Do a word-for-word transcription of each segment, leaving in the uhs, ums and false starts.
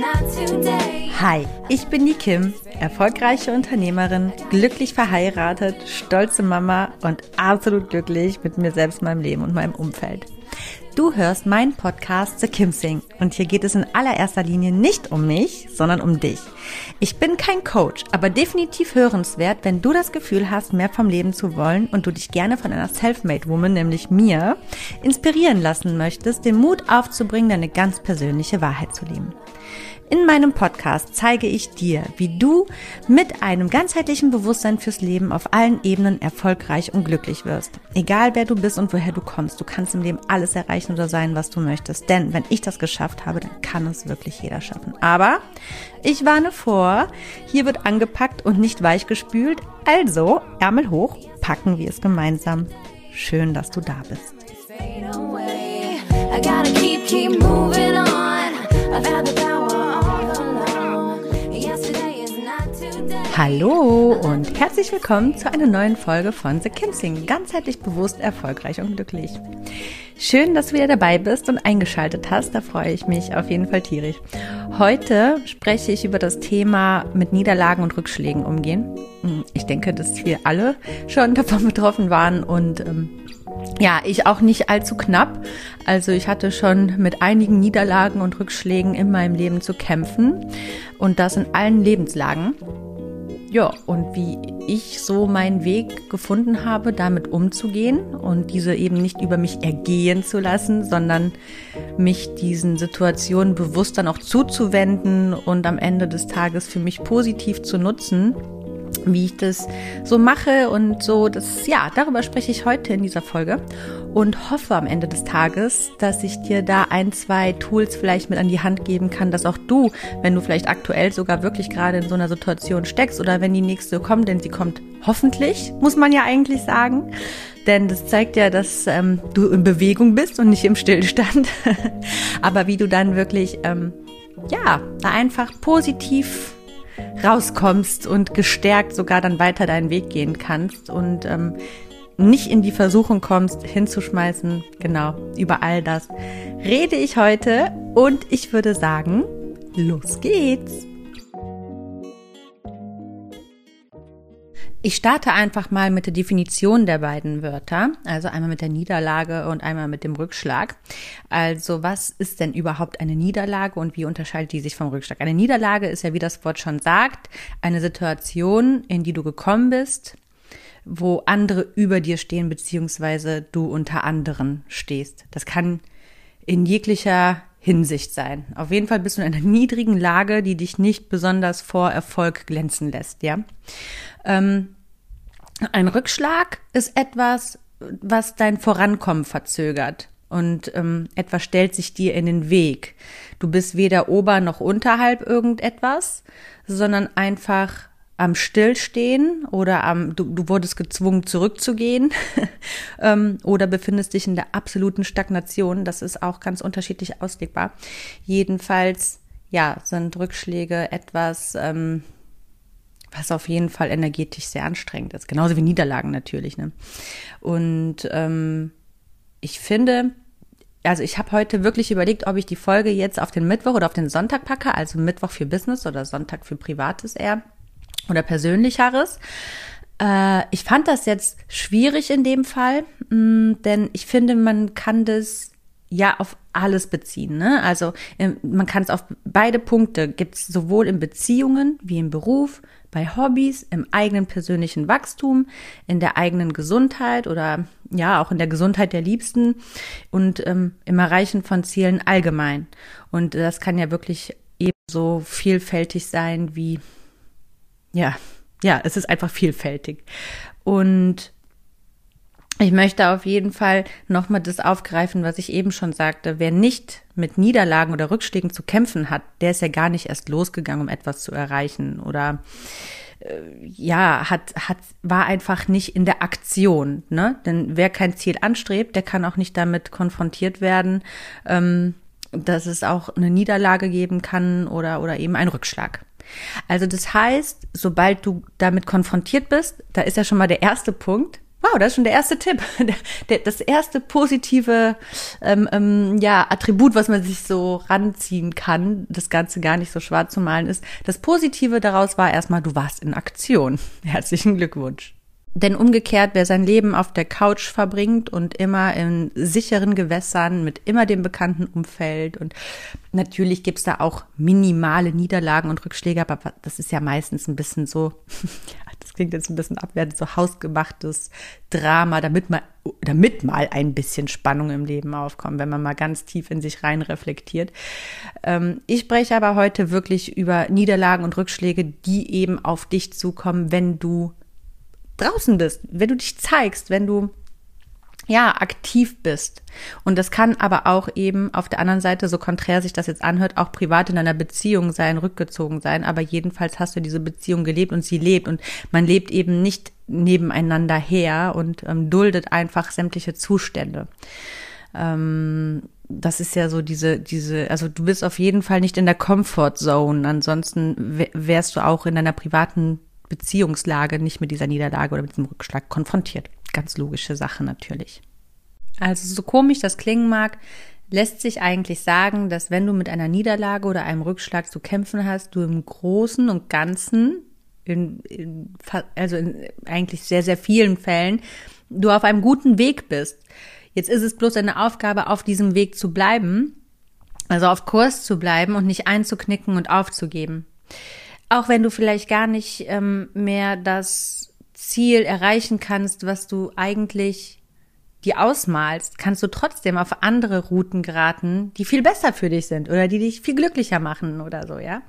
Hi, ich bin die Kim, erfolgreiche Unternehmerin, glücklich verheiratet, stolze Mama und absolut glücklich mit mir selbst, meinem Leben und meinem Umfeld. Du hörst meinen Podcast The Kim Sing und hier geht es in allererster Linie nicht um mich, sondern um dich. Ich bin kein Coach, aber definitiv hörenswert, wenn du das Gefühl hast, mehr vom Leben zu wollen und du dich gerne von einer Selfmade-Woman, nämlich mir, inspirieren lassen möchtest, den Mut aufzubringen, deine ganz persönliche Wahrheit zu leben. In meinem Podcast zeige ich dir, wie du mit einem ganzheitlichen Bewusstsein fürs Leben auf allen Ebenen erfolgreich und glücklich wirst. Egal wer du bist und woher du kommst, du kannst im Leben alles erreichen oder sein, was du möchtest. Denn wenn ich das geschafft habe, dann kann es wirklich jeder schaffen. Aber ich warne vor, hier wird angepackt und nicht weichgespült. Also Ärmel hoch, packen wir es gemeinsam. Schön, dass du da bist. Hallo und herzlich willkommen zu einer neuen Folge von The Kim Sing. Ganzheitlich bewusst, erfolgreich und glücklich. Schön, dass du wieder dabei bist und eingeschaltet hast. Da freue ich mich auf jeden Fall tierisch. Heute spreche ich über das Thema mit Niederlagen und Rückschlägen umgehen. Ich denke, dass wir alle schon davon betroffen waren und ähm, ja, ich auch nicht allzu knapp. Also ich hatte schon mit einigen Niederlagen und Rückschlägen in meinem Leben zu kämpfen und das in allen Lebenslagen. Ja, und wie ich so meinen Weg gefunden habe, damit umzugehen und diese eben nicht über mich ergehen zu lassen, sondern mich diesen Situationen bewusst dann auch zuzuwenden und am Ende des Tages für mich positiv zu nutzen, wie ich das so mache und so, das, ja, darüber spreche ich heute in dieser Folge und hoffe am Ende des Tages, dass ich dir da ein, zwei Tools vielleicht mit an die Hand geben kann, dass auch du, wenn du vielleicht aktuell sogar wirklich gerade in so einer Situation steckst oder wenn die nächste kommt, denn sie kommt hoffentlich, muss man ja eigentlich sagen, denn das zeigt ja, dass ähm, du in Bewegung bist und nicht im Stillstand, aber wie du dann wirklich, ähm, ja, da einfach positiv rauskommst und gestärkt sogar dann weiter deinen Weg gehen kannst und ähm, nicht in die Versuchung kommst, hinzuschmeißen. Genau, über all das rede ich heute und ich würde sagen, los geht's! Ich starte einfach mal mit der Definition der beiden Wörter, also einmal mit der Niederlage und einmal mit dem Rückschlag. Also was ist denn überhaupt eine Niederlage und wie unterscheidet die sich vom Rückschlag? Eine Niederlage ist ja, wie das Wort schon sagt, eine Situation, in die du gekommen bist, wo andere über dir stehen, beziehungsweise du unter anderen stehst. Das kann in jeglicher Hinsicht sein. Auf jeden Fall bist du in einer niedrigen Lage, die dich nicht besonders vor Erfolg glänzen lässt, ja. Ähm, ein Rückschlag ist etwas, was dein Vorankommen verzögert und ähm, etwas stellt sich dir in den Weg. Du bist weder ober noch unterhalb irgendetwas, sondern einfach am Stillstehen oder am, du, du wurdest gezwungen zurückzugehen ähm, oder befindest dich in der absoluten Stagnation. Das ist auch ganz unterschiedlich auslegbar. Jedenfalls, ja, sind Rückschläge etwas, ähm, was auf jeden Fall energetisch sehr anstrengend ist. Genauso wie Niederlagen natürlich, ne? Und ähm, ich finde, also ich habe heute wirklich überlegt, ob ich die Folge jetzt auf den Mittwoch oder auf den Sonntag packe, also Mittwoch für Business oder Sonntag für Privates eher. Oder Persönlicheres. Äh, ich fand das jetzt schwierig in dem Fall, mh, denn ich finde, man kann das ja auf alles beziehen, ne? Also ähm, man kann es auf beide Punkte, gibt es sowohl in Beziehungen wie im Beruf, bei Hobbys, im eigenen persönlichen Wachstum, in der eigenen Gesundheit oder ja auch in der Gesundheit der Liebsten und ähm, im Erreichen von Zielen allgemein. Und das kann ja wirklich ebenso vielfältig sein wie Ja, ja, es ist einfach vielfältig. Und ich möchte auf jeden Fall nochmal das aufgreifen, was ich eben schon sagte. Wer nicht mit Niederlagen oder Rückschlägen zu kämpfen hat, der ist ja gar nicht erst losgegangen, um etwas zu erreichen. Oder äh, ja, hat, hat, war einfach nicht in der Aktion, ne? Denn wer kein Ziel anstrebt, der kann auch nicht damit konfrontiert werden, ähm, dass es auch eine Niederlage geben kann oder, oder eben ein Rückschlag. Also das heißt, sobald du damit konfrontiert bist, da ist ja schon mal der erste Punkt, Wow, das ist schon der erste Tipp. Der, der, das erste positive ähm, ähm, ja, Attribut, was man sich so ranziehen kann, das Ganze gar nicht so schwarz zu malen ist. Das Positive daraus war erstmal, du warst in Aktion. Herzlichen Glückwunsch. Denn umgekehrt, wer sein Leben auf der Couch verbringt und immer in sicheren Gewässern mit immer dem bekannten Umfeld, und natürlich gibt's da auch minimale Niederlagen und Rückschläge, aber das ist ja meistens ein bisschen so, ja, das klingt jetzt ein bisschen abwertend, so hausgemachtes Drama, damit mal, damit mal ein bisschen Spannung im Leben aufkommt, wenn man mal ganz tief in sich rein reflektiert. Ähm, ich spreche aber heute wirklich über Niederlagen und Rückschläge, die eben auf dich zukommen, wenn du draußen bist, wenn du dich zeigst, wenn du ja aktiv bist. Und das kann aber auch eben auf der anderen Seite, so konträr sich das jetzt anhört, auch privat in einer Beziehung sein, rückgezogen sein. Aber jedenfalls hast du diese Beziehung gelebt und sie lebt, und man lebt eben nicht nebeneinander her und ähm, duldet einfach sämtliche Zustände. Ähm, das ist ja so diese, diese, also du bist auf jeden Fall nicht in der Comfort Zone. Ansonsten wärst du auch in deiner privaten Beziehungslage nicht mit dieser Niederlage oder mit diesem Rückschlag konfrontiert. Ganz logische Sache natürlich. Also so komisch das klingen mag, lässt sich eigentlich sagen, dass wenn du mit einer Niederlage oder einem Rückschlag zu kämpfen hast, du im Großen und Ganzen, in, in, also in eigentlich sehr, sehr vielen Fällen, du auf einem guten Weg bist. Jetzt ist es bloß eine Aufgabe, auf diesem Weg zu bleiben, also auf Kurs zu bleiben und nicht einzuknicken und aufzugeben. Auch wenn du vielleicht gar nicht ähm, mehr das Ziel erreichen kannst, was du eigentlich dir ausmalst, kannst du trotzdem auf andere Routen geraten, die viel besser für dich sind oder die dich viel glücklicher machen oder so, ja.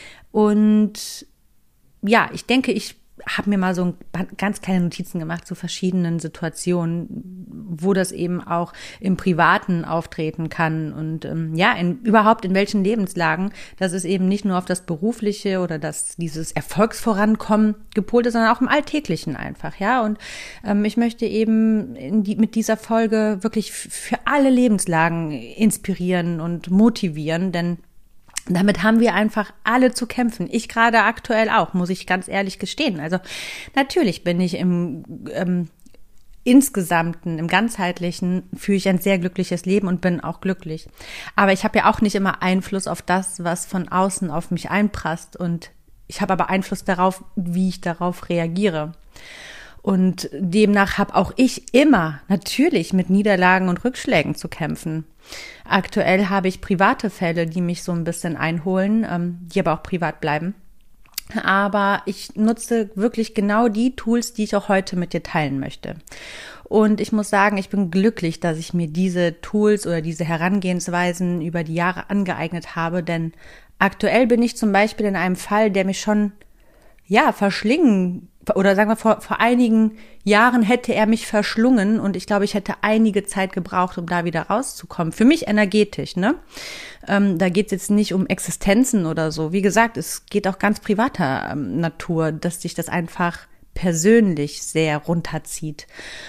Und ja, ich denke, ich habe mir mal so ein, ganz kleine Notizen gemacht zu verschiedenen Situationen, wo das eben auch im Privaten auftreten kann und ähm, ja, in, überhaupt in welchen Lebenslagen, dass es eben nicht nur auf das Berufliche oder das dieses Erfolgsvorankommen gepolt ist, sondern auch im Alltäglichen einfach, ja. Und ähm, ich möchte eben in die, mit dieser Folge wirklich f- für alle Lebenslagen inspirieren und motivieren, denn damit haben wir einfach alle zu kämpfen. Ich gerade aktuell auch, muss ich ganz ehrlich gestehen. Also natürlich bin ich im ähm, Insgesamten, im Ganzheitlichen, führe ich ein sehr glückliches Leben und bin auch glücklich. Aber ich habe ja auch nicht immer Einfluss auf das, was von außen auf mich einprasst. Und ich habe aber Einfluss darauf, wie ich darauf reagiere. Und demnach habe auch ich immer natürlich mit Niederlagen und Rückschlägen zu kämpfen. Aktuell habe ich private Fälle, die mich so ein bisschen einholen, ähm, die aber auch privat bleiben. Aber ich nutze wirklich genau die Tools, die ich auch heute mit dir teilen möchte. Und ich muss sagen, ich bin glücklich, dass ich mir diese Tools oder diese Herangehensweisen über die Jahre angeeignet habe, denn aktuell bin ich zum Beispiel in einem Fall, der mich schon ja, verschlingen, oder sagen wir, vor, vor einigen Jahren hätte er mich verschlungen und ich glaube, ich hätte einige Zeit gebraucht, um da wieder rauszukommen. Für mich energetisch, ne? Ähm, da geht es jetzt nicht um Existenzen oder so. Wie gesagt, es geht auch ganz privater ähm, Natur, dass sich das einfach persönlich sehr runterzieht.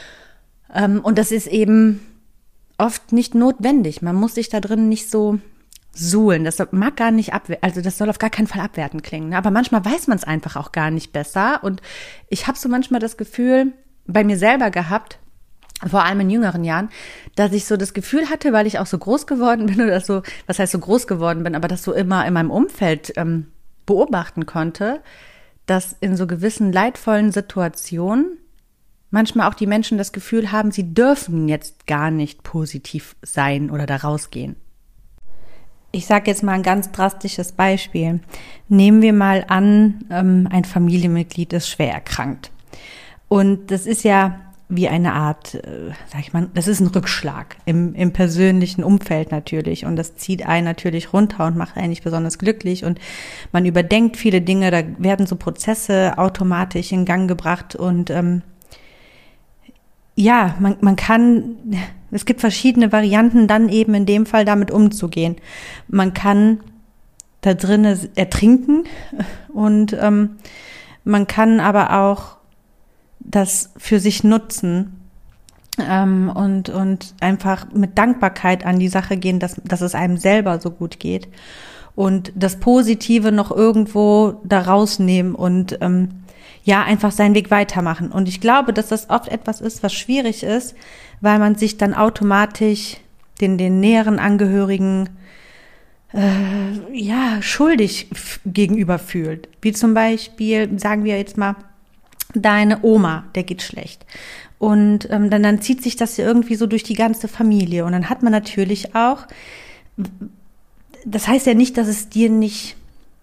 Ähm, und das ist eben oft nicht notwendig. Man muss sich da drin nicht so suhlen, das mag gar nicht abwerten, also das soll auf gar keinen Fall abwertend klingen, ne? Aber manchmal weiß man es einfach auch gar nicht besser und ich habe so manchmal das Gefühl, bei mir selber gehabt, vor allem in jüngeren Jahren, dass ich so das Gefühl hatte, weil ich auch so groß geworden bin oder so, was heißt so groß geworden bin, aber das so immer in meinem Umfeld ähm, beobachten konnte, dass in so gewissen leidvollen Situationen manchmal auch die Menschen das Gefühl haben, sie dürfen jetzt gar nicht positiv sein oder da rausgehen. Ich sage jetzt mal ein ganz drastisches Beispiel. Nehmen wir mal an, ähm, ein Familienmitglied ist schwer erkrankt. Und das ist ja wie eine Art, äh, sag ich mal, das ist ein Rückschlag im, im persönlichen Umfeld natürlich. Und das zieht einen natürlich runter und macht einen nicht besonders glücklich. Und man überdenkt viele Dinge, da werden so Prozesse automatisch in Gang gebracht. Und ähm, ja, man, man kann, es gibt verschiedene Varianten, dann eben in dem Fall damit umzugehen. Man kann da drinnen ertrinken und ähm, man kann aber auch das für sich nutzen ähm, und und einfach mit Dankbarkeit an die Sache gehen, dass dass es einem selber so gut geht und das Positive noch irgendwo da rausnehmen und ähm, ja, einfach seinen Weg weitermachen. Und ich glaube, dass das oft etwas ist, was schwierig ist, weil man sich dann automatisch den, den näheren Angehörigen äh, ja, schuldig f- gegenüber fühlt. Wie zum Beispiel, sagen wir jetzt mal, deine Oma, der geht schlecht. Und ähm, dann, dann zieht sich das ja irgendwie so durch die ganze Familie. Und dann hat man natürlich auch, das heißt ja nicht, dass es dir nicht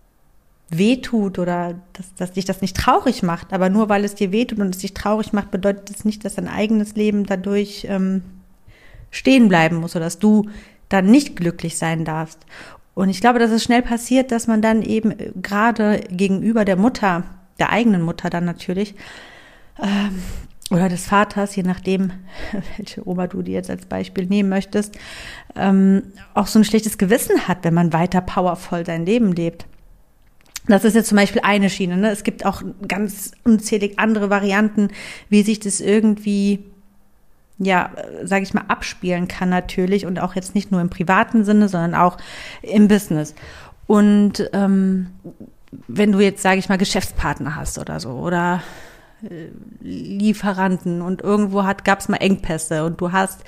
wehtut oder dass, dass dich das nicht traurig macht. Aber nur weil es dir wehtut und es dich traurig macht, bedeutet es nicht, dass dein eigenes Leben dadurch ähm, stehen bleiben muss oder dass du dann nicht glücklich sein darfst. Und ich glaube, dass es schnell passiert, dass man dann eben gerade gegenüber der Mutter, der eigenen Mutter dann natürlich, ähm, oder des Vaters, je nachdem, welche Oma du dir jetzt als Beispiel nehmen möchtest, ähm, auch so ein schlechtes Gewissen hat, wenn man weiter powervoll sein Leben lebt. Das ist jetzt zum Beispiel eine Schiene, ne? Es gibt auch ganz unzählig andere Varianten, wie sich das irgendwie, ja, sage ich mal, abspielen kann natürlich und auch jetzt nicht nur im privaten Sinne, sondern auch im Business. Und ähm, wenn du jetzt, sage ich mal, Geschäftspartner hast oder so oder Lieferanten und irgendwo hat gab's mal Engpässe und du hast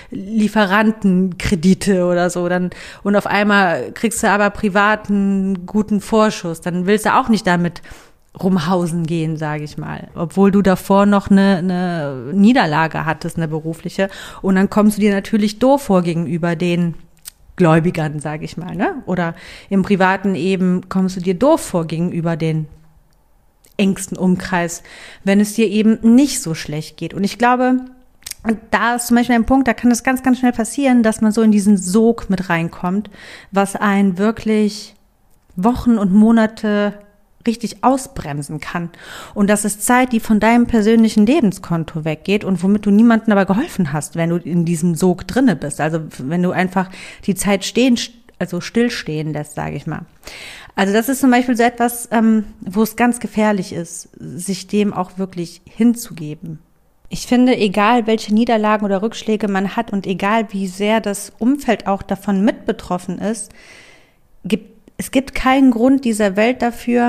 Lieferantenkredite oder so, dann und auf einmal kriegst du aber privaten guten Vorschuss, dann willst du auch nicht damit rumhausen gehen, sage ich mal, obwohl du davor noch eine, eine Niederlage hattest, eine berufliche, und dann kommst du dir natürlich doof vor gegenüber den Gläubigern, sage ich mal, ne? Oder im Privaten eben kommst du dir doof vor gegenüber den engsten Umkreis, wenn es dir eben nicht so schlecht geht. Und ich glaube, da ist zum Beispiel ein Punkt, da kann es ganz, ganz schnell passieren, dass man so in diesen Sog mit reinkommt, was einen wirklich Wochen und Monate richtig ausbremsen kann. Und das ist Zeit, die von deinem persönlichen Lebenskonto weggeht und womit du niemandem aber geholfen hast, wenn du in diesem Sog drinne bist. Also wenn du einfach die Zeit stehen, also stillstehen lässt, sage ich mal. Also das ist zum Beispiel so etwas, ähm, wo es ganz gefährlich ist, sich dem auch wirklich hinzugeben. Ich finde, egal welche Niederlagen oder Rückschläge man hat und egal wie sehr das Umfeld auch davon mit betroffen ist, gibt, es gibt keinen Grund dieser Welt dafür,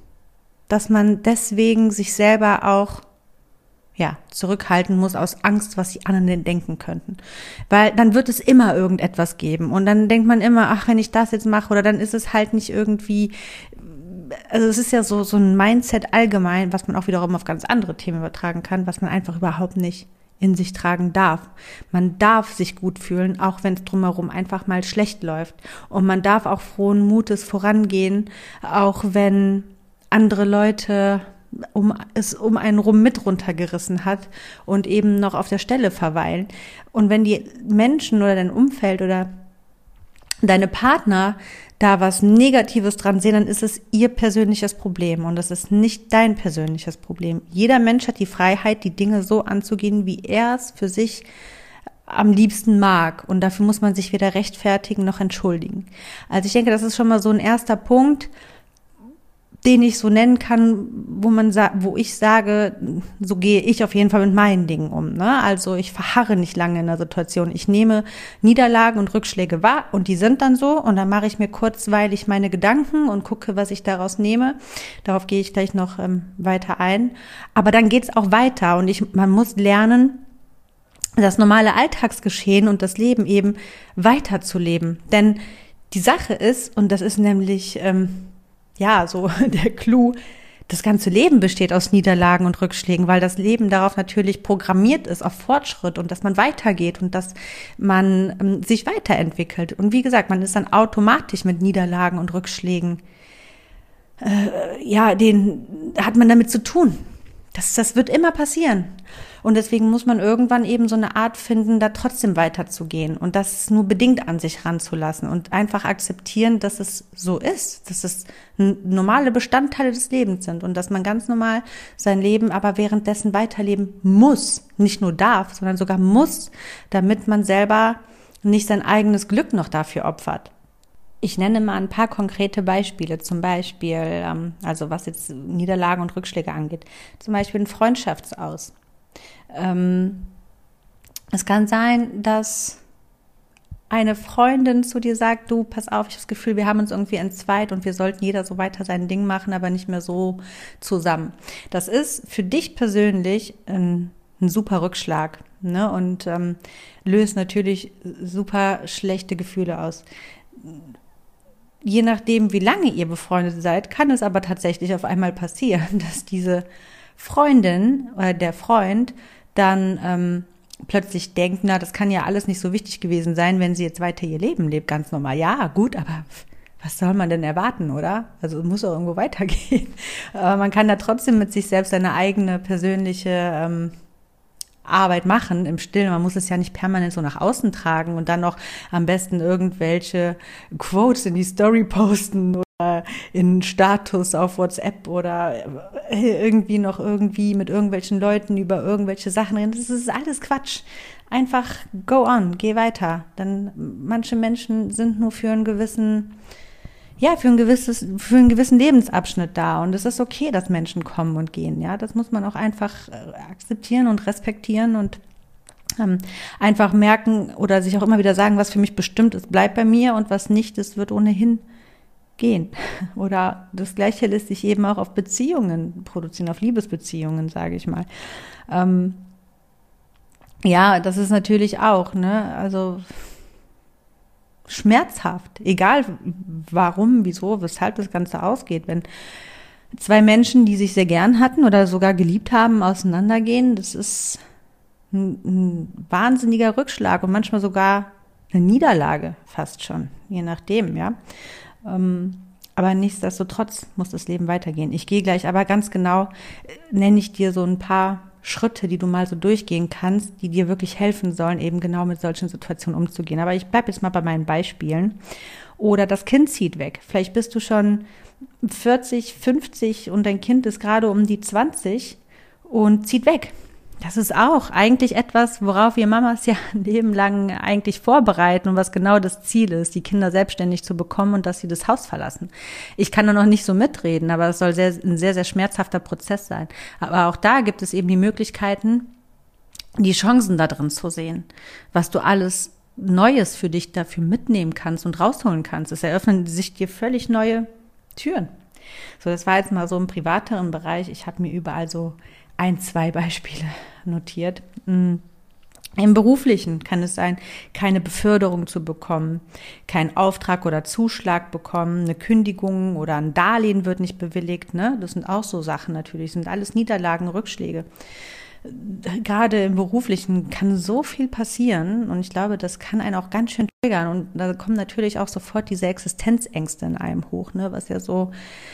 dass man deswegen sich selber auch ja, zurückhalten muss aus Angst, was die anderen denken könnten. Weil dann wird es immer irgendetwas geben und dann denkt man immer, ach, wenn ich das jetzt mache oder dann ist es halt nicht irgendwie, also es ist ja so, so ein Mindset allgemein, was man auch wiederum auf ganz andere Themen übertragen kann, was man einfach überhaupt nicht in sich tragen darf. Man darf sich gut fühlen, auch wenn es drumherum einfach mal schlecht läuft. Und man darf auch frohen Mutes vorangehen, auch wenn andere Leute um es um einen rum mit runtergerissen hat und eben noch auf der Stelle verweilen. Und wenn die Menschen oder dein Umfeld oder deine Partner da was Negatives dran sehen, dann ist es ihr persönliches Problem und das ist nicht dein persönliches Problem. Jeder Mensch hat die Freiheit, die Dinge so anzugehen, wie er es für sich am liebsten mag, und dafür muss man sich weder rechtfertigen noch entschuldigen. Also ich denke, das ist schon mal so ein erster Punkt, den ich so nennen kann, wo man sa- wo ich sage, so gehe ich auf jeden Fall mit meinen Dingen um. Ne? Also ich verharre nicht lange in der Situation. Ich nehme Niederlagen und Rückschläge wahr und die sind dann so und dann mache ich mir kurzweilig meine Gedanken und gucke, was ich daraus nehme. Darauf gehe ich gleich noch ähm, weiter ein. Aber dann geht's auch weiter und ich, man muss lernen, das normale Alltagsgeschehen und das Leben eben weiterzuleben. Denn die Sache ist, und das ist nämlich ähm, ja, so der Clou, das ganze Leben besteht aus Niederlagen und Rückschlägen, weil das Leben darauf natürlich programmiert ist, auf Fortschritt und dass man weitergeht und dass man ähm, sich weiterentwickelt. Und wie gesagt, man ist dann automatisch mit Niederlagen und Rückschlägen, äh, ja, den hat man damit zu tun. Das, das wird immer passieren. Und deswegen muss man irgendwann eben so eine Art finden, da trotzdem weiterzugehen und das nur bedingt an sich ranzulassen und einfach akzeptieren, dass es so ist, dass es normale Bestandteile des Lebens sind und dass man ganz normal sein Leben aber währenddessen weiterleben muss, nicht nur darf, sondern sogar muss, damit man selber nicht sein eigenes Glück noch dafür opfert. Ich nenne mal ein paar konkrete Beispiele, zum Beispiel, ähm, also was jetzt Niederlagen und Rückschläge angeht, zum Beispiel ein Freundschaftsaus. Ähm, es kann sein, dass eine Freundin zu dir sagt, du, pass auf, ich habe das Gefühl, wir haben uns irgendwie entzweit und wir sollten jeder so weiter sein Ding machen, aber nicht mehr so zusammen. Das ist für dich persönlich ein, ein super Rückschlag, ne? Und ähm, löst natürlich super schlechte Gefühle aus. Je nachdem, wie lange ihr befreundet seid, kann es aber tatsächlich auf einmal passieren, dass diese Freundin oder der Freund dann ähm, plötzlich denkt, na, das kann ja alles nicht so wichtig gewesen sein, wenn sie jetzt weiter ihr Leben lebt, ganz normal. Ja, gut, aber was soll man denn erwarten, oder? Also es muss auch irgendwo weitergehen. Aber man kann da trotzdem mit sich selbst seine eigene persönliche ähm, Arbeit machen im Stillen. Man muss es ja nicht permanent so nach außen tragen und dann noch am besten irgendwelche Quotes in die Story posten oder in Status auf WhatsApp oder irgendwie noch irgendwie mit irgendwelchen Leuten über irgendwelche Sachen reden. Das ist alles Quatsch. Einfach go on, geh weiter. Denn manche Menschen sind nur für einen gewissen, ja, für ein gewisses, für einen gewissen Lebensabschnitt da. Und es ist okay, dass Menschen kommen und gehen. Ja, das muss man auch einfach akzeptieren und respektieren und ähm, einfach merken oder sich auch immer wieder sagen, was für mich bestimmt ist, bleibt bei mir und was nicht, das wird ohnehin gehen. Oder das Gleiche lässt sich eben auch auf Beziehungen produzieren, auf Liebesbeziehungen, sage ich mal. Ähm, ja, das ist natürlich auch, ne, also schmerzhaft, egal warum, wieso, weshalb das Ganze ausgeht. Wenn zwei Menschen, die sich sehr gern hatten oder sogar geliebt haben, auseinandergehen, das ist ein, ein wahnsinniger Rückschlag und manchmal sogar eine Niederlage fast schon, je nachdem, ja. Ähm, aber nichtsdestotrotz muss das Leben weitergehen. Ich gehe gleich, aber ganz genau nenne ich dir so ein paar Schritte, die du mal so durchgehen kannst, die dir wirklich helfen sollen, eben genau mit solchen Situationen umzugehen. Aber ich bleibe jetzt mal bei meinen Beispielen. Oder das Kind zieht weg. Vielleicht bist du schon vierzig, fünfzig und dein Kind ist gerade um die zwanzig und zieht weg. Das ist auch eigentlich etwas, worauf wir Mamas ja ein Leben lang eigentlich vorbereiten und was genau das Ziel ist, die Kinder selbstständig zu bekommen und dass sie das Haus verlassen. Ich kann da noch nicht so mitreden, aber es soll sehr, ein sehr, sehr schmerzhafter Prozess sein. Aber auch da gibt es eben die Möglichkeiten, die Chancen da drin zu sehen, was du alles Neues für dich dafür mitnehmen kannst und rausholen kannst. Es eröffnen sich dir völlig neue Türen. So, das war jetzt mal so im privateren Bereich. Ich habe mir überall so ein, zwei Beispiele notiert. Im Beruflichen kann es sein, keine Beförderung zu bekommen, keinen Auftrag oder Zuschlag bekommen, eine Kündigung oder ein Darlehen wird nicht bewilligt. Ne? Das sind auch so Sachen natürlich, das sind alles Niederlagen, Rückschläge. Gerade im Beruflichen kann so viel passieren und ich glaube, das kann einen auch ganz schön triggern und da kommen natürlich auch sofort diese Existenzängste in einem hoch, ne? Was ja so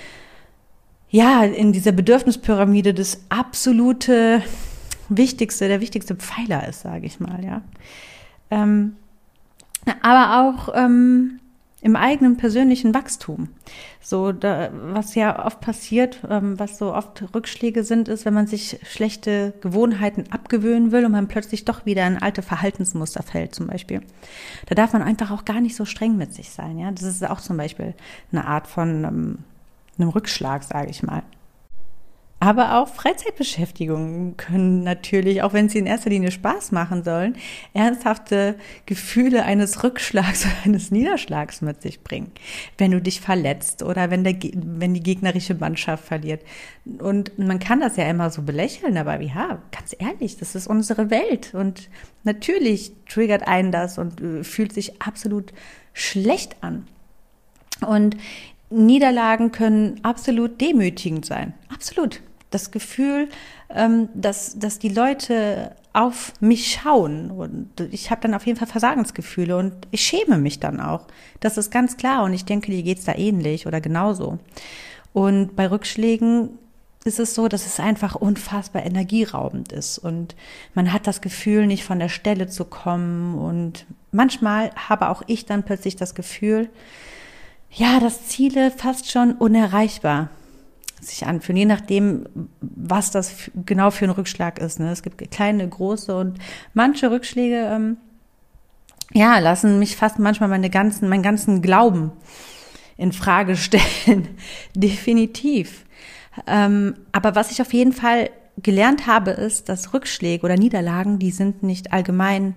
ja, in dieser Bedürfnispyramide das absolute wichtigste, der wichtigste Pfeiler ist, sage ich mal, ja. Ähm, aber auch ähm, im eigenen persönlichen Wachstum. So, da, was ja oft passiert, ähm, was so oft Rückschläge sind, ist, wenn man sich schlechte Gewohnheiten abgewöhnen will und man plötzlich doch wieder in alte Verhaltensmuster fällt, zum Beispiel. Da darf man einfach auch gar nicht so streng mit sich sein, ja. Das ist auch zum Beispiel eine Art von ähm, einem Rückschlag, sage ich mal. Aber auch Freizeitbeschäftigungen können natürlich, auch wenn sie in erster Linie Spaß machen sollen, ernsthafte Gefühle eines Rückschlags oder eines Niederschlags mit sich bringen. Wenn du dich verletzt oder wenn, der, wenn die gegnerische Mannschaft verliert. Und man kann das ja immer so belächeln, aber ja, ganz ehrlich, das ist unsere Welt. Und natürlich triggert einen das und äh, fühlt sich absolut schlecht an. Und Niederlagen können absolut demütigend sein. Absolut. Das Gefühl, ähm, dass, dass die Leute auf mich schauen und ich habe dann auf jeden Fall Versagensgefühle und ich schäme mich dann auch. Das ist ganz klar und ich denke, dir geht's da ähnlich oder genauso. Und bei Rückschlägen ist es so, dass es einfach unfassbar energieraubend ist und man hat das Gefühl, nicht von der Stelle zu kommen und manchmal habe auch ich dann plötzlich das Gefühl, ja, dass Ziele fast schon unerreichbar sich anfühlen, je nachdem, was das genau für ein Rückschlag ist. Ne? Es gibt kleine, große und manche Rückschläge, ähm, ja, lassen mich fast manchmal meine ganzen, meinen ganzen Glauben in Frage stellen. Definitiv. Ähm, aber was ich auf jeden Fall gelernt habe, ist, dass Rückschläge oder Niederlagen, die sind nicht allgemein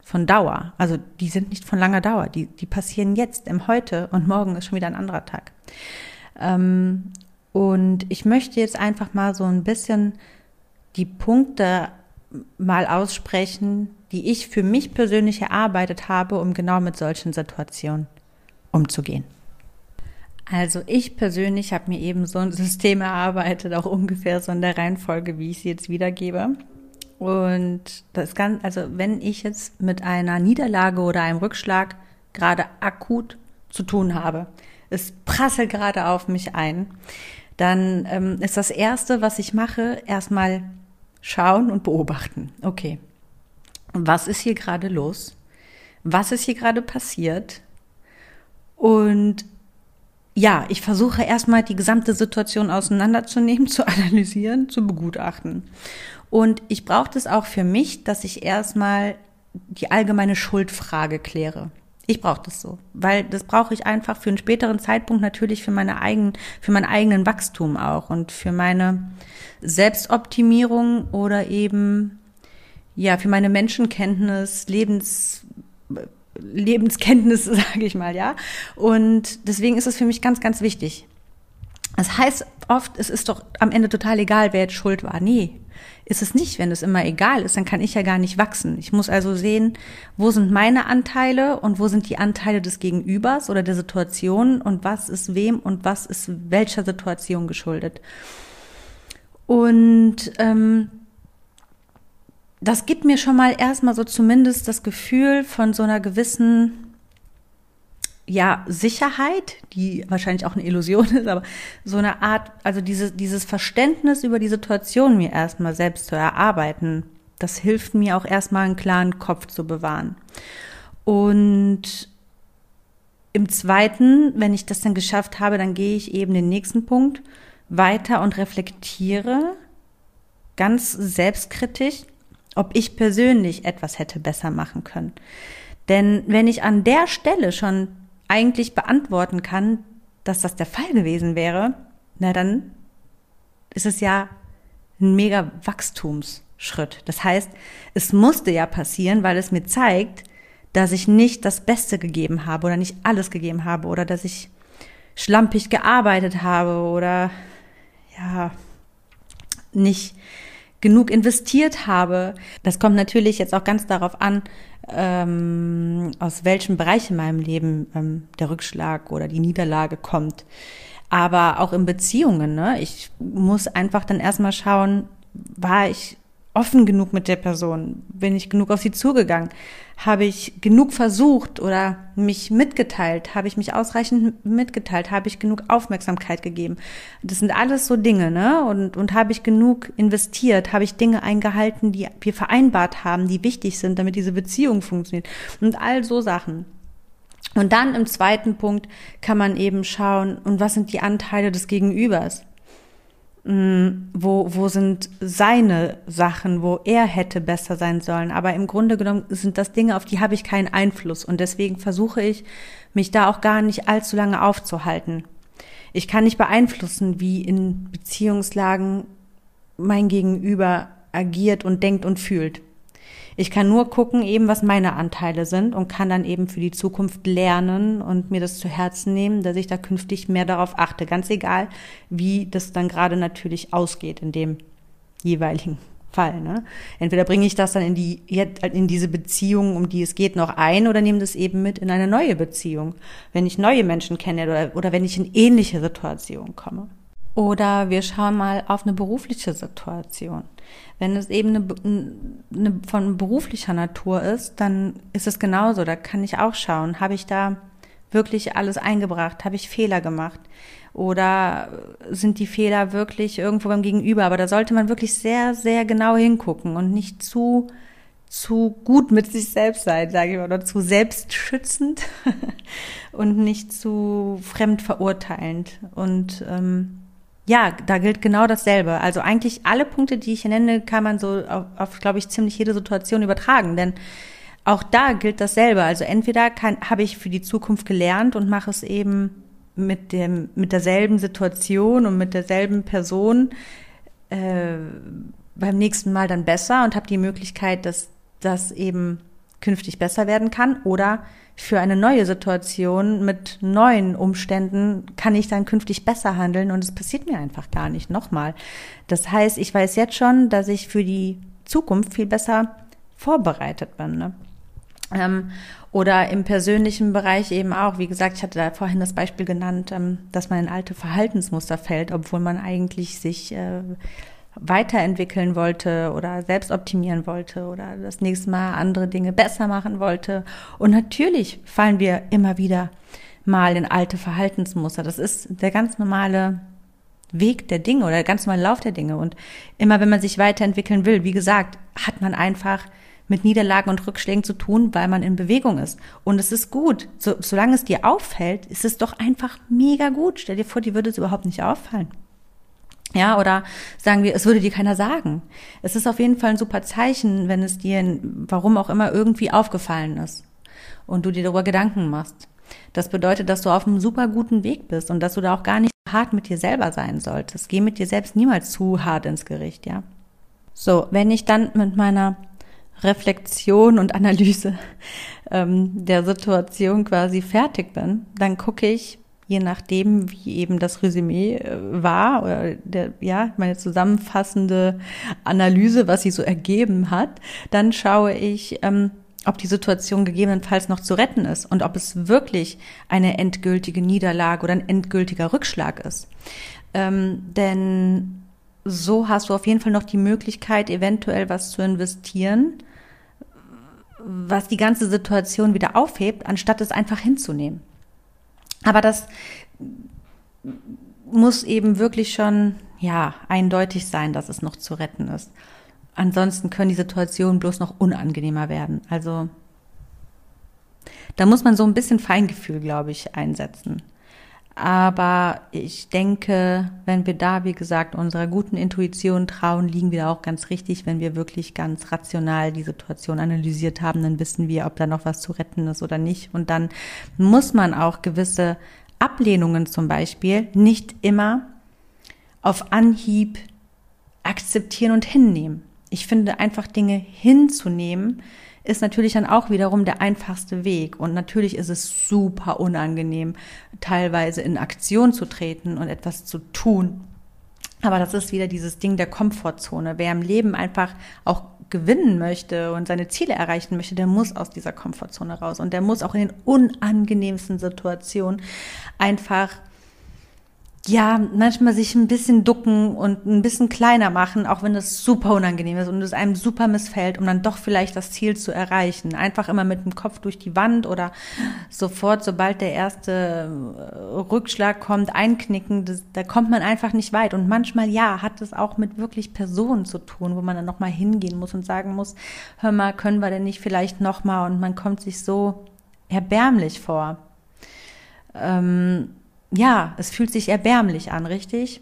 von Dauer. Also die sind nicht von langer Dauer. Die, die passieren jetzt, im Heute, und morgen ist schon wieder ein anderer Tag. Ähm, und ich möchte jetzt einfach mal so ein bisschen die Punkte mal aussprechen, die ich für mich persönlich erarbeitet habe, um genau mit solchen Situationen umzugehen. Also ich persönlich habe mir eben so ein System erarbeitet, auch ungefähr so in der Reihenfolge, wie ich sie jetzt wiedergebe. Und das kann, also wenn ich jetzt mit einer Niederlage oder einem Rückschlag gerade akut zu tun habe, es prasselt gerade auf mich ein, dann ähm, ist das Erste, was ich mache, erstmal schauen und beobachten. Okay, was ist hier gerade los? Was ist hier gerade passiert? Und ja, ich versuche erstmal die gesamte Situation auseinanderzunehmen, zu analysieren, zu begutachten. Und ich brauche das auch für mich, dass ich erstmal die allgemeine Schuldfrage kläre. Ich brauche das so, weil das brauche ich einfach für einen späteren Zeitpunkt natürlich für meine eigenen, für meinen eigenen Wachstum auch und für meine Selbstoptimierung oder eben ja für meine Menschenkenntnis, Lebens Lebenskenntnis, sage ich mal, ja. Und deswegen ist es für mich ganz, ganz wichtig. Das heißt oft, es ist doch am Ende total egal, wer jetzt schuld war. Nee, ist es nicht. Wenn es immer egal ist, dann kann ich ja gar nicht wachsen. Ich muss also sehen, wo sind meine Anteile und wo sind die Anteile des Gegenübers oder der Situation und was ist wem und was ist welcher Situation geschuldet. Und ähm, das gibt mir schon mal erstmal so zumindest das Gefühl von so einer gewissen ja, Sicherheit, die wahrscheinlich auch eine Illusion ist, aber so eine Art, also diese, dieses Verständnis über die Situation mir erstmal selbst zu erarbeiten, das hilft mir auch erstmal einen klaren Kopf zu bewahren. Und im Zweiten, wenn ich das dann geschafft habe, dann gehe ich eben den nächsten Punkt weiter und reflektiere ganz selbstkritisch, ob ich persönlich etwas hätte besser machen können. Denn wenn ich an der Stelle schon eigentlich beantworten kann, dass das der Fall gewesen wäre, na dann ist es ja ein mega Wachstumsschritt. Das heißt, es musste ja passieren, weil es mir zeigt, dass ich nicht das Beste gegeben habe oder nicht alles gegeben habe oder dass ich schlampig gearbeitet habe oder ja nicht genug investiert habe. Das kommt natürlich jetzt auch ganz darauf an, ähm, aus welchem Bereich in meinem Leben ähm, der Rückschlag oder die Niederlage kommt. Aber auch in Beziehungen, ne? Ich muss einfach dann erstmal schauen, war ich offen genug mit der Person? Bin ich genug auf sie zugegangen? Habe ich genug versucht oder mich mitgeteilt? Habe ich mich ausreichend mitgeteilt? Habe ich genug Aufmerksamkeit gegeben? Das sind alles so Dinge, ne? Und, und habe ich genug investiert? Habe ich Dinge eingehalten, die wir vereinbart haben, die wichtig sind, damit diese Beziehung funktioniert? Und all so Sachen. Und dann im zweiten Punkt kann man eben schauen, und was sind die Anteile des Gegenübers? Wo, wo sind seine Sachen, wo er hätte besser sein sollen. Aber im Grunde genommen sind das Dinge, auf die habe ich keinen Einfluss. Und deswegen versuche ich, mich da auch gar nicht allzu lange aufzuhalten. Ich kann nicht beeinflussen, wie in Beziehungslagen mein Gegenüber agiert und denkt und fühlt. Ich kann nur gucken, eben was meine Anteile sind und kann dann eben für die Zukunft lernen und mir das zu Herzen nehmen, dass ich da künftig mehr darauf achte. Ganz egal, wie das dann gerade natürlich ausgeht in dem jeweiligen Fall. Ne? Entweder bringe ich das dann in die in diese Beziehung, um die es geht, noch ein oder nehme das eben mit in eine neue Beziehung, wenn ich neue Menschen kenne oder, oder wenn ich in ähnliche Situationen komme. Oder wir schauen mal auf eine berufliche Situation. Wenn es eben eine, eine von beruflicher Natur ist, dann ist es genauso. Da kann ich auch schauen, habe ich da wirklich alles eingebracht? Habe ich Fehler gemacht? Oder sind die Fehler wirklich irgendwo beim Gegenüber? Aber da sollte man wirklich sehr, sehr genau hingucken und nicht zu, zu gut mit sich selbst sein, sage ich mal, oder zu selbstschützend und nicht zu fremdverurteilend. Und ähm, ja, da gilt genau dasselbe. Also eigentlich alle Punkte, die ich hier nenne, kann man so auf, auf glaube ich, ziemlich jede Situation übertragen. Denn auch da gilt dasselbe. Also entweder kann, habe ich für die Zukunft gelernt und mache es eben mit dem mit derselben Situation und mit derselben Person äh, beim nächsten Mal dann besser und habe die Möglichkeit, dass das eben künftig besser werden kann oder für eine neue Situation mit neuen Umständen kann ich dann künftig besser handeln und es passiert mir einfach gar nicht nochmal. Das heißt, ich weiß jetzt schon, dass ich für die Zukunft viel besser vorbereitet bin. Ne? Ähm, oder im persönlichen Bereich eben auch, wie gesagt, ich hatte da vorhin das Beispiel genannt, ähm, dass man in alte Verhaltensmuster fällt, obwohl man eigentlich sich äh, weiterentwickeln wollte oder selbst optimieren wollte oder das nächste Mal andere Dinge besser machen wollte. Und natürlich fallen wir immer wieder mal in alte Verhaltensmuster. Das ist der ganz normale Weg der Dinge oder der ganz normale Lauf der Dinge. Und immer wenn man sich weiterentwickeln will, wie gesagt, hat man einfach mit Niederlagen und Rückschlägen zu tun, weil man in Bewegung ist. Und es ist gut. So, solange es dir auffällt, ist es doch einfach mega gut. Stell dir vor, dir würde es überhaupt nicht auffallen. Ja, oder sagen wir, es würde dir keiner sagen. Es ist auf jeden Fall ein super Zeichen, wenn es dir, warum auch immer, irgendwie aufgefallen ist und du dir darüber Gedanken machst. Das bedeutet, dass du auf einem super guten Weg bist und dass du da auch gar nicht hart mit dir selber sein solltest. Geh mit dir selbst niemals zu hart ins Gericht, ja. So, wenn ich dann mit meiner Reflexion und Analyse ähm, der Situation quasi fertig bin, dann gucke ich, je nachdem, wie eben das Resümee äh, war oder der, ja, meine zusammenfassende Analyse, was sie so ergeben hat, dann schaue ich, ähm, ob die Situation gegebenenfalls noch zu retten ist und ob es wirklich eine endgültige Niederlage oder ein endgültiger Rückschlag ist. Ähm, denn so hast du auf jeden Fall noch die Möglichkeit, eventuell was zu investieren, was die ganze Situation wieder aufhebt, anstatt es einfach hinzunehmen. Aber das muss eben wirklich schon, ja, eindeutig sein, dass es noch zu retten ist. Ansonsten können die Situationen bloß noch unangenehmer werden. Also da muss man so ein bisschen Feingefühl, glaube ich, einsetzen. Aber ich denke, wenn wir da, wie gesagt, unserer guten Intuition trauen, liegen wir da auch ganz richtig. Wenn wir wirklich ganz rational die Situation analysiert haben, dann wissen wir, ob da noch was zu retten ist oder nicht. Und dann muss man auch gewisse Ablehnungen zum Beispiel nicht immer auf Anhieb akzeptieren und hinnehmen. Ich finde, einfach Dinge hinzunehmen, ist natürlich dann auch wiederum der einfachste Weg. Und natürlich ist es super unangenehm, teilweise in Aktion zu treten und etwas zu tun. Aber das ist wieder dieses Ding der Komfortzone. Wer im Leben einfach auch gewinnen möchte und seine Ziele erreichen möchte, der muss aus dieser Komfortzone raus. Und der muss auch in den unangenehmsten Situationen einfach ja, manchmal sich ein bisschen ducken und ein bisschen kleiner machen, auch wenn das super unangenehm ist und es einem super missfällt, um dann doch vielleicht das Ziel zu erreichen. Einfach immer mit dem Kopf durch die Wand oder sofort, sobald der erste Rückschlag kommt, einknicken, das, da kommt man einfach nicht weit. Und manchmal, ja, hat es auch mit wirklich Personen zu tun, wo man dann nochmal hingehen muss und sagen muss, hör mal, können wir denn nicht vielleicht nochmal? Und man kommt sich so erbärmlich vor. Ähm, Ja, es fühlt sich erbärmlich an, richtig?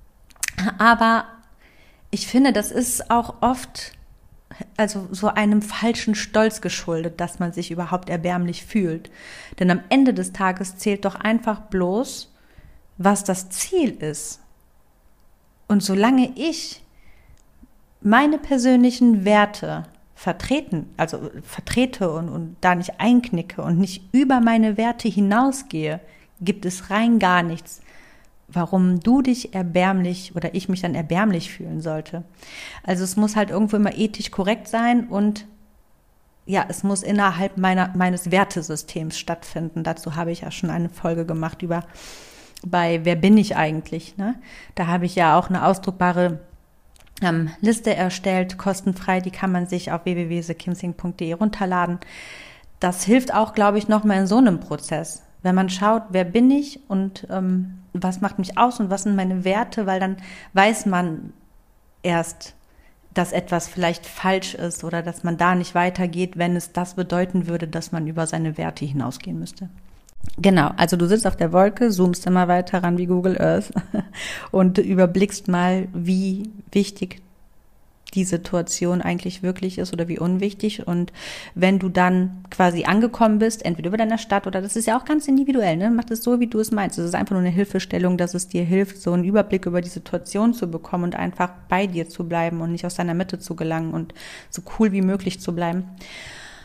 Aber ich finde, das ist auch oft also so einem falschen Stolz geschuldet, dass man sich überhaupt erbärmlich fühlt. Denn am Ende des Tages zählt doch einfach bloß, was das Ziel ist. Und solange ich meine persönlichen Werte vertreten, also vertrete und, und da nicht einknicke und nicht über meine Werte hinausgehe, gibt es rein gar nichts, warum du dich erbärmlich oder ich mich dann erbärmlich fühlen sollte. Also es muss halt irgendwo immer ethisch korrekt sein und ja, es muss innerhalb meiner, meines Wertesystems stattfinden. Dazu habe ich ja schon eine Folge gemacht über bei Wer bin ich eigentlich? Ne? Da habe ich ja auch eine ausdruckbare ähm, Liste erstellt, kostenfrei, die kann man sich auf w w w punkt sekimsing punkt de runterladen. Das hilft auch, glaube ich, nochmal in so einem Prozess. Wenn man schaut, wer bin ich und ähm, was macht mich aus und was sind meine Werte, weil dann weiß man erst, dass etwas vielleicht falsch ist oder dass man da nicht weitergeht, wenn es das bedeuten würde, dass man über seine Werte hinausgehen müsste. Genau, also du sitzt auf der Wolke, zoomst immer weiter ran wie Google Earth und überblickst mal, wie wichtig die Situation eigentlich wirklich ist oder wie unwichtig. Und wenn du dann quasi angekommen bist, entweder über deiner Stadt oder das ist ja auch ganz individuell, ne? Mach das so, wie du es meinst. Das ist einfach nur eine Hilfestellung, dass es dir hilft, so einen Überblick über die Situation zu bekommen und einfach bei dir zu bleiben und nicht aus deiner Mitte zu gelangen und so cool wie möglich zu bleiben.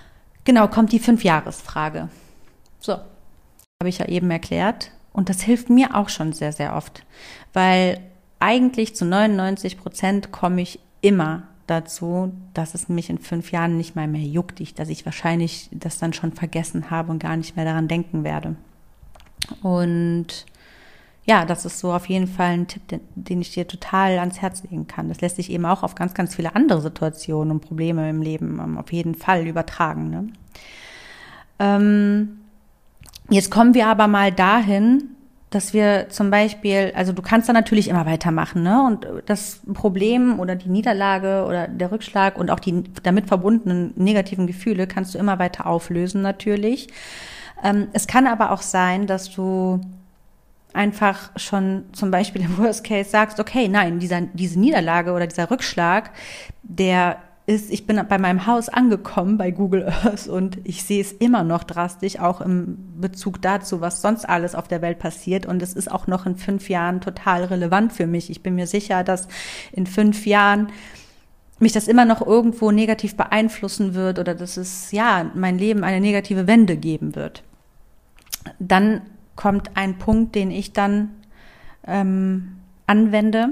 Genau, kommt die Fünf-Jahres-Frage. So, habe ich ja eben erklärt. Und das hilft mir auch schon sehr, sehr oft. Weil eigentlich zu neunundneunzig Prozent komme ich immer dazu, dass es mich in fünf Jahren nicht mal mehr juckt, ich, dass ich wahrscheinlich das dann schon vergessen habe und gar nicht mehr daran denken werde. Und ja, das ist so auf jeden Fall ein Tipp, den, den ich dir total ans Herz legen kann. Das lässt sich eben auch auf ganz, ganz viele andere Situationen und Probleme im Leben um, auf jeden Fall übertragen. Ne? Ähm, jetzt kommen wir aber mal dahin, dass wir zum Beispiel, also du kannst da natürlich immer weitermachen, ne? Und das Problem oder die Niederlage oder der Rückschlag und auch die damit verbundenen negativen Gefühle kannst du immer weiter auflösen natürlich. Ähm, es kann aber auch sein, dass du einfach schon zum Beispiel im Worst Case sagst, okay, nein, dieser, diese Niederlage oder dieser Rückschlag, der ist, ich bin bei meinem Haus angekommen bei Google Earth und ich sehe es immer noch drastisch, auch im Bezug dazu, was sonst alles auf der Welt passiert. Und es ist auch noch in fünf Jahren total relevant für mich. Ich bin mir sicher, dass in fünf Jahren mich das immer noch irgendwo negativ beeinflussen wird oder dass es, ja, mein Leben eine negative Wende geben wird. Dann kommt ein Punkt, den ich dann ähm, anwende.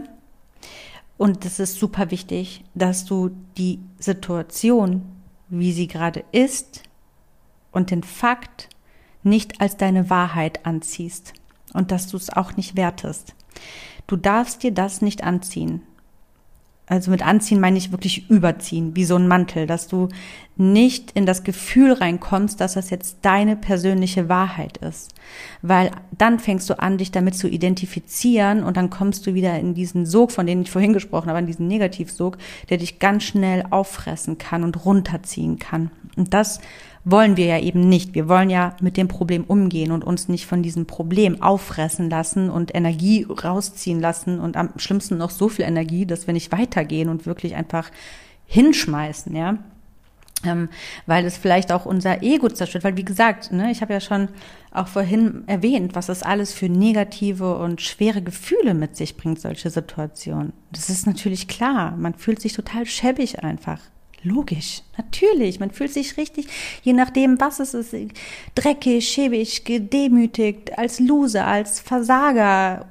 Und das ist super wichtig, dass du die Situation, wie sie gerade ist, und den Fakt nicht als deine Wahrheit anziehst und dass du es auch nicht wertest. Du darfst dir das nicht anziehen. Also mit anziehen meine ich wirklich überziehen, wie so ein Mantel, dass du nicht in das Gefühl reinkommst, dass das jetzt deine persönliche Wahrheit ist. Weil dann fängst du an, dich damit zu identifizieren und dann kommst du wieder in diesen Sog, von dem ich vorhin gesprochen habe, in diesen Negativsog, der dich ganz schnell auffressen kann und runterziehen kann. Und das wollen wir ja eben nicht. Wir wollen ja mit dem Problem umgehen und uns nicht von diesem Problem auffressen lassen und Energie rausziehen lassen und am schlimmsten noch so viel Energie, dass wir nicht weitergehen und wirklich einfach hinschmeißen, ja. Ähm, weil es vielleicht auch unser Ego zerstört. Weil wie gesagt, ne, ich habe ja schon auch vorhin erwähnt, was das alles für negative und schwere Gefühle mit sich bringt, solche Situationen. Das ist natürlich klar. Man fühlt sich total schäbig einfach. Logisch, natürlich. Man fühlt sich richtig, je nachdem, was es ist, dreckig, schäbig, gedemütigt, als Loser, als Versager.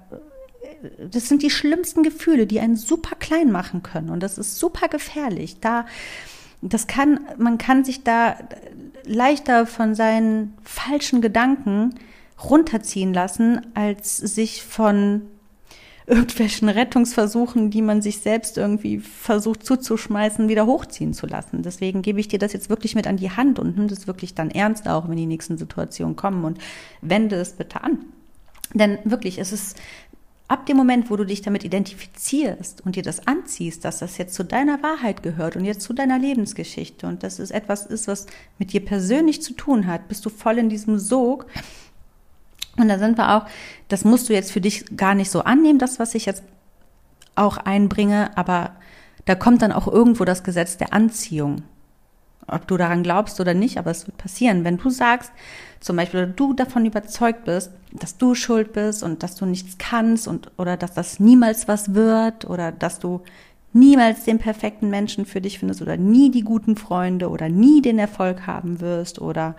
Das sind die schlimmsten Gefühle, die einen super klein machen können. Und das ist super gefährlich. Da, das kann, man kann sich da leichter von seinen falschen Gedanken runterziehen lassen, als sich von irgendwelchen Rettungsversuchen, die man sich selbst irgendwie versucht zuzuschmeißen, wieder hochziehen zu lassen. Deswegen gebe ich dir das jetzt wirklich mit an die Hand und nimm das wirklich dann ernst, auch wenn die nächsten Situationen kommen und wende es bitte an. Denn wirklich, es ist ab dem Moment, wo du dich damit identifizierst und dir das anziehst, dass das jetzt zu deiner Wahrheit gehört und jetzt zu deiner Lebensgeschichte und dass es etwas ist, was mit dir persönlich zu tun hat, bist du voll in diesem Sog. Und da sind wir auch, das musst du jetzt für dich gar nicht so annehmen, das, was ich jetzt auch einbringe, aber da kommt dann auch irgendwo das Gesetz der Anziehung. Ob du daran glaubst oder nicht, aber es wird passieren. Wenn du sagst, zum Beispiel, oder du davon überzeugt bist, dass du schuld bist und dass du nichts kannst und oder dass das niemals was wird oder dass du niemals den perfekten Menschen für dich findest oder nie die guten Freunde oder nie den Erfolg haben wirst oder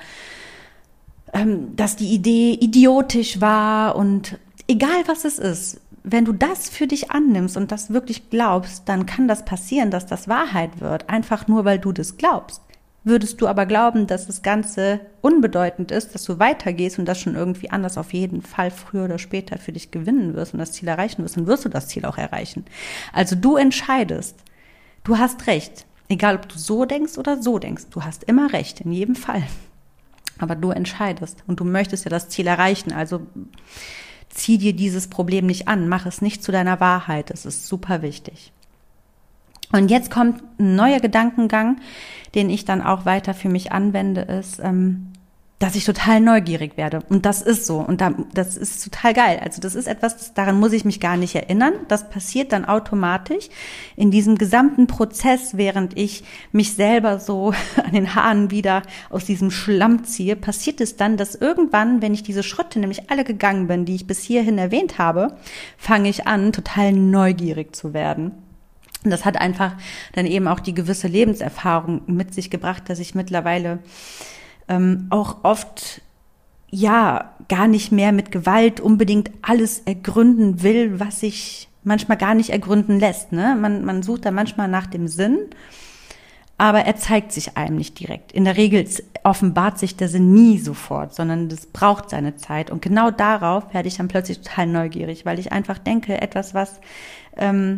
dass die Idee idiotisch war und egal was es ist, wenn du das für dich annimmst und das wirklich glaubst, dann kann das passieren, dass das Wahrheit wird, einfach nur, weil du das glaubst. Würdest du aber glauben, dass das Ganze unbedeutend ist, dass du weitergehst und das schon irgendwie anders auf jeden Fall früher oder später für dich gewinnen wirst und das Ziel erreichen wirst, dann wirst du das Ziel auch erreichen. Also du entscheidest, du hast recht, egal ob du so denkst oder so denkst, du hast immer recht, in jedem Fall. Aber du entscheidest und du möchtest ja das Ziel erreichen, also zieh dir dieses Problem nicht an, mach es nicht zu deiner Wahrheit, das ist super wichtig. Und jetzt kommt ein neuer Gedankengang, den ich dann auch weiter für mich anwende, ist, ähm, dass ich total neugierig werde. Und das ist so. Und da, das ist total geil. Also das ist etwas, daran muss ich mich gar nicht erinnern. Das passiert dann automatisch in diesem gesamten Prozess, während ich mich selber so an den Haaren wieder aus diesem Schlamm ziehe, passiert es dann, dass irgendwann, wenn ich diese Schritte nämlich alle gegangen bin, die ich bis hierhin erwähnt habe, fange ich an, total neugierig zu werden. Und das hat einfach dann eben auch die gewisse Lebenserfahrung mit sich gebracht, dass ich mittlerweile ähm, auch oft ja gar nicht mehr mit Gewalt unbedingt alles ergründen will, was sich manchmal gar nicht ergründen lässt. Ne? Man, man sucht da manchmal nach dem Sinn, aber er zeigt sich einem nicht direkt. In der Regel offenbart sich der Sinn nie sofort, sondern das braucht seine Zeit. Und genau darauf werde ich dann plötzlich total neugierig, weil ich einfach denke, etwas, was ähm,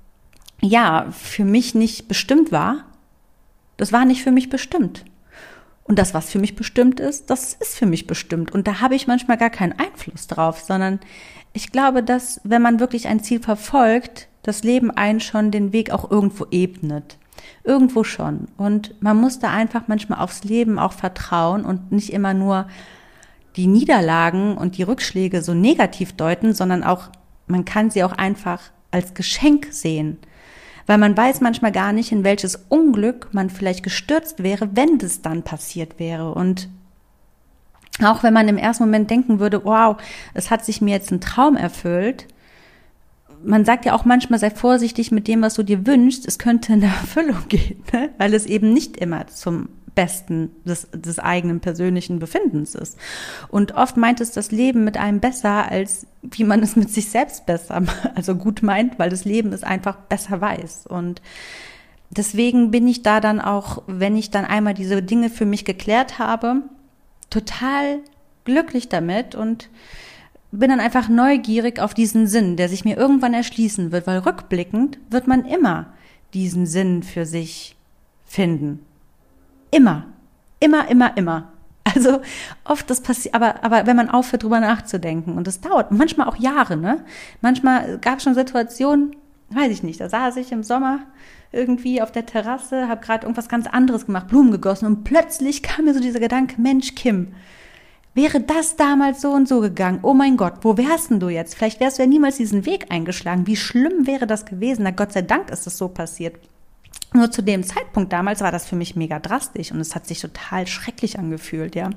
ja für mich nicht bestimmt war, das war nicht für mich bestimmt. Und das, was für mich bestimmt ist, das ist für mich bestimmt. Und da habe ich manchmal gar keinen Einfluss drauf, sondern ich glaube, dass, wenn man wirklich ein Ziel verfolgt, das Leben einen schon den Weg auch irgendwo ebnet. Irgendwo schon. Und man muss da einfach manchmal aufs Leben auch vertrauen und nicht immer nur die Niederlagen und die Rückschläge so negativ deuten, sondern auch, man kann sie auch einfach als Geschenk sehen. Weil man weiß manchmal gar nicht, in welches Unglück man vielleicht gestürzt wäre, wenn das dann passiert wäre. Und auch wenn man im ersten Moment denken würde, wow, es hat sich mir jetzt ein Traum erfüllt. Man sagt ja auch manchmal, sei vorsichtig mit dem, was du dir wünschst. Es könnte in der Erfüllung gehen, ne? Weil es eben nicht immer zum Besten des, des eigenen persönlichen Befindens ist. Und oft meint es das Leben mit einem besser, als wie man es mit sich selbst besser, also gut meint, weil das Leben es einfach besser weiß. Und deswegen bin ich da dann auch, wenn ich dann einmal diese Dinge für mich geklärt habe, total glücklich damit und bin dann einfach neugierig auf diesen Sinn, der sich mir irgendwann erschließen wird, weil rückblickend wird man immer diesen Sinn für sich finden. Immer, immer, immer, immer. Also oft das passiert, aber, aber wenn man aufhört, drüber nachzudenken, und das dauert manchmal auch Jahre, ne? Manchmal gab es schon Situationen, weiß ich nicht, da saß ich im Sommer irgendwie auf der Terrasse, habe gerade irgendwas ganz anderes gemacht, Blumen gegossen, und plötzlich kam mir so dieser Gedanke, Mensch, Kim, wäre das damals so und so gegangen? Oh mein Gott, wo wärst denn du jetzt? Vielleicht wärst du ja niemals diesen Weg eingeschlagen. Wie schlimm wäre das gewesen? Na Gott sei Dank ist es so passiert. Nur zu dem Zeitpunkt damals war das für mich mega drastisch und es hat sich total schrecklich angefühlt, ja.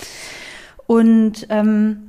Und ähm,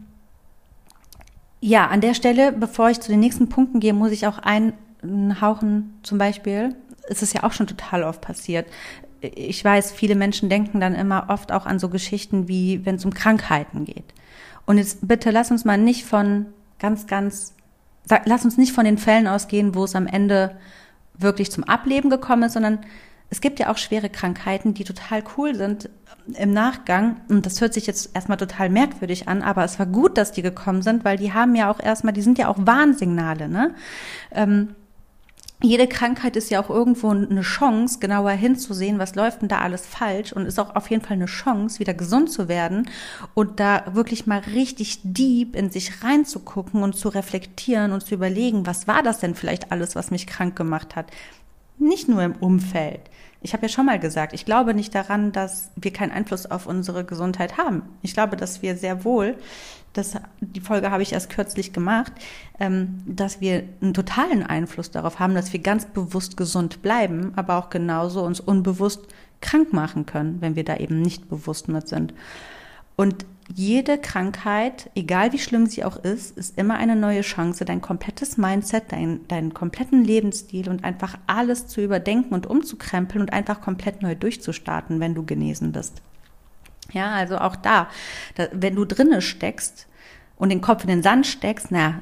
ja, an der Stelle, bevor ich zu den nächsten Punkten gehe, muss ich auch einhauchen, zum Beispiel, ist es ja auch schon total oft passiert. Ich weiß, viele Menschen denken dann immer oft auch an so Geschichten wie, wenn es um Krankheiten geht. Und jetzt bitte lass uns mal nicht von ganz, ganz, lass uns nicht von den Fällen ausgehen, wo es am Ende wirklich zum Ableben gekommen ist, sondern es gibt ja auch schwere Krankheiten, die total cool sind im Nachgang. Und das hört sich jetzt erstmal total merkwürdig an, aber es war gut, dass die gekommen sind, weil die haben ja auch erstmal, die sind ja auch Warnsignale, ne? Ähm, Jede Krankheit ist ja auch irgendwo eine Chance, genauer hinzusehen, was läuft denn da alles falsch, und ist auch auf jeden Fall eine Chance, wieder gesund zu werden und da wirklich mal richtig deep in sich reinzugucken und zu reflektieren und zu überlegen, was war das denn vielleicht alles, was mich krank gemacht hat? Nicht nur im Umfeld. Ich habe ja schon mal gesagt, ich glaube nicht daran, dass wir keinen Einfluss auf unsere Gesundheit haben. Ich glaube, dass wir sehr wohl, das, die Folge habe ich erst kürzlich gemacht, ähm, dass wir einen totalen Einfluss darauf haben, dass wir ganz bewusst gesund bleiben, aber auch genauso uns unbewusst krank machen können, wenn wir da eben nicht bewusst mit sind. Und jede Krankheit, egal wie schlimm sie auch ist, ist immer eine neue Chance, dein komplettes Mindset, dein, deinen kompletten Lebensstil und einfach alles zu überdenken und umzukrempeln und einfach komplett neu durchzustarten, wenn du genesen bist. Ja, also auch da, da wenn du drinne steckst und den Kopf in den Sand steckst, na,